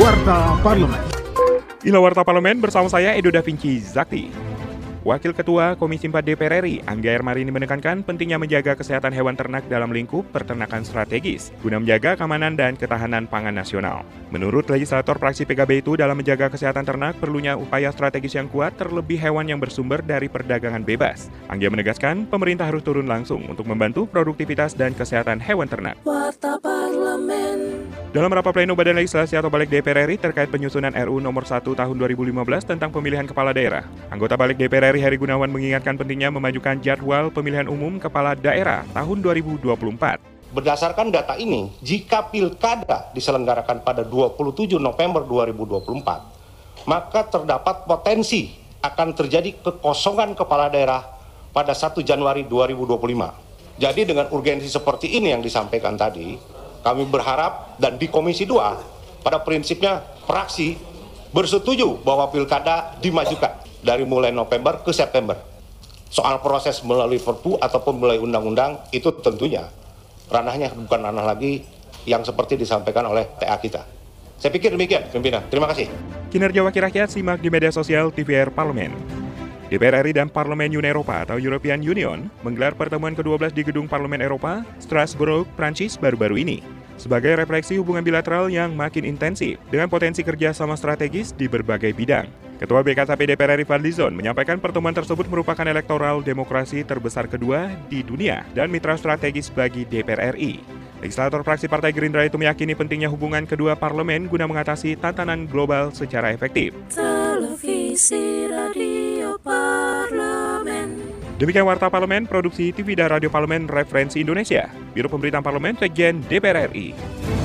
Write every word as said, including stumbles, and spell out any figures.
Warta Parlemen. Inilah Warta Parlemen bersama saya Edo Da Vinci Zakti. Wakil Ketua Komisi empat D P R R I, Angga R. Marini menekankan pentingnya menjaga kesehatan hewan ternak dalam lingkup peternakan strategis, guna menjaga keamanan dan ketahanan pangan nasional. Menurut legislator fraksi P K B itu, dalam menjaga kesehatan ternak perlunya upaya strategis yang kuat, terlebih hewan yang bersumber dari perdagangan bebas. Angga menegaskan pemerintah harus turun langsung untuk membantu produktivitas dan kesehatan hewan ternak. Warta Parlemen. Dalam rapat pleno Badan Legislasi atau Balik D P R R I terkait penyusunan R U nomor satu tahun dua ribu lima belas tentang pemilihan kepala daerah, anggota Balik D P R R I Heri Gunawan mengingatkan pentingnya memajukan jadwal pemilihan umum kepala daerah tahun dua ribu dua puluh empat. Berdasarkan data ini, jika pilkada diselenggarakan pada dua puluh tujuh November dua ribu dua puluh empat, maka terdapat potensi akan terjadi kekosongan kepala daerah pada satu Januari dua ribu dua puluh lima. Jadi dengan urgensi seperti ini yang disampaikan tadi, kami berharap dan di Komisi dua pada prinsipnya fraksi bersetuju bahwa pilkada dimajukan dari mulai November ke September. Soal proses melalui Perpu ataupun melalui undang-undang itu tentunya ranahnya bukan ranah lagi yang seperti disampaikan oleh T A kita. Saya pikir demikian, pimpinan. Terima kasih. Kinerja Wakil Rakyat simak di media sosial T V R Parlemen. D P R R I dan Parlemen Uni Eropa atau European Union menggelar pertemuan kedua belas di Gedung Parlemen Eropa, Strasbourg, Prancis baru-baru ini, sebagai refleksi hubungan bilateral yang makin intensif dengan potensi kerja sama strategis di berbagai bidang. Ketua B K S P D P R R I Fadlizon menyampaikan pertemuan tersebut merupakan elektoral demokrasi terbesar kedua di dunia dan mitra strategis bagi D P R R I. Legislator fraksi Partai Gerindra itu meyakini pentingnya hubungan kedua parlemen guna mengatasi tantangan global secara efektif. Televisi Radio Parlemen. Demikian Warta Parlemen, produksi T V dan Radio Parlemen Referensi Indonesia, Biro Pemberitaan Parlemen, Sekjen D P R R I.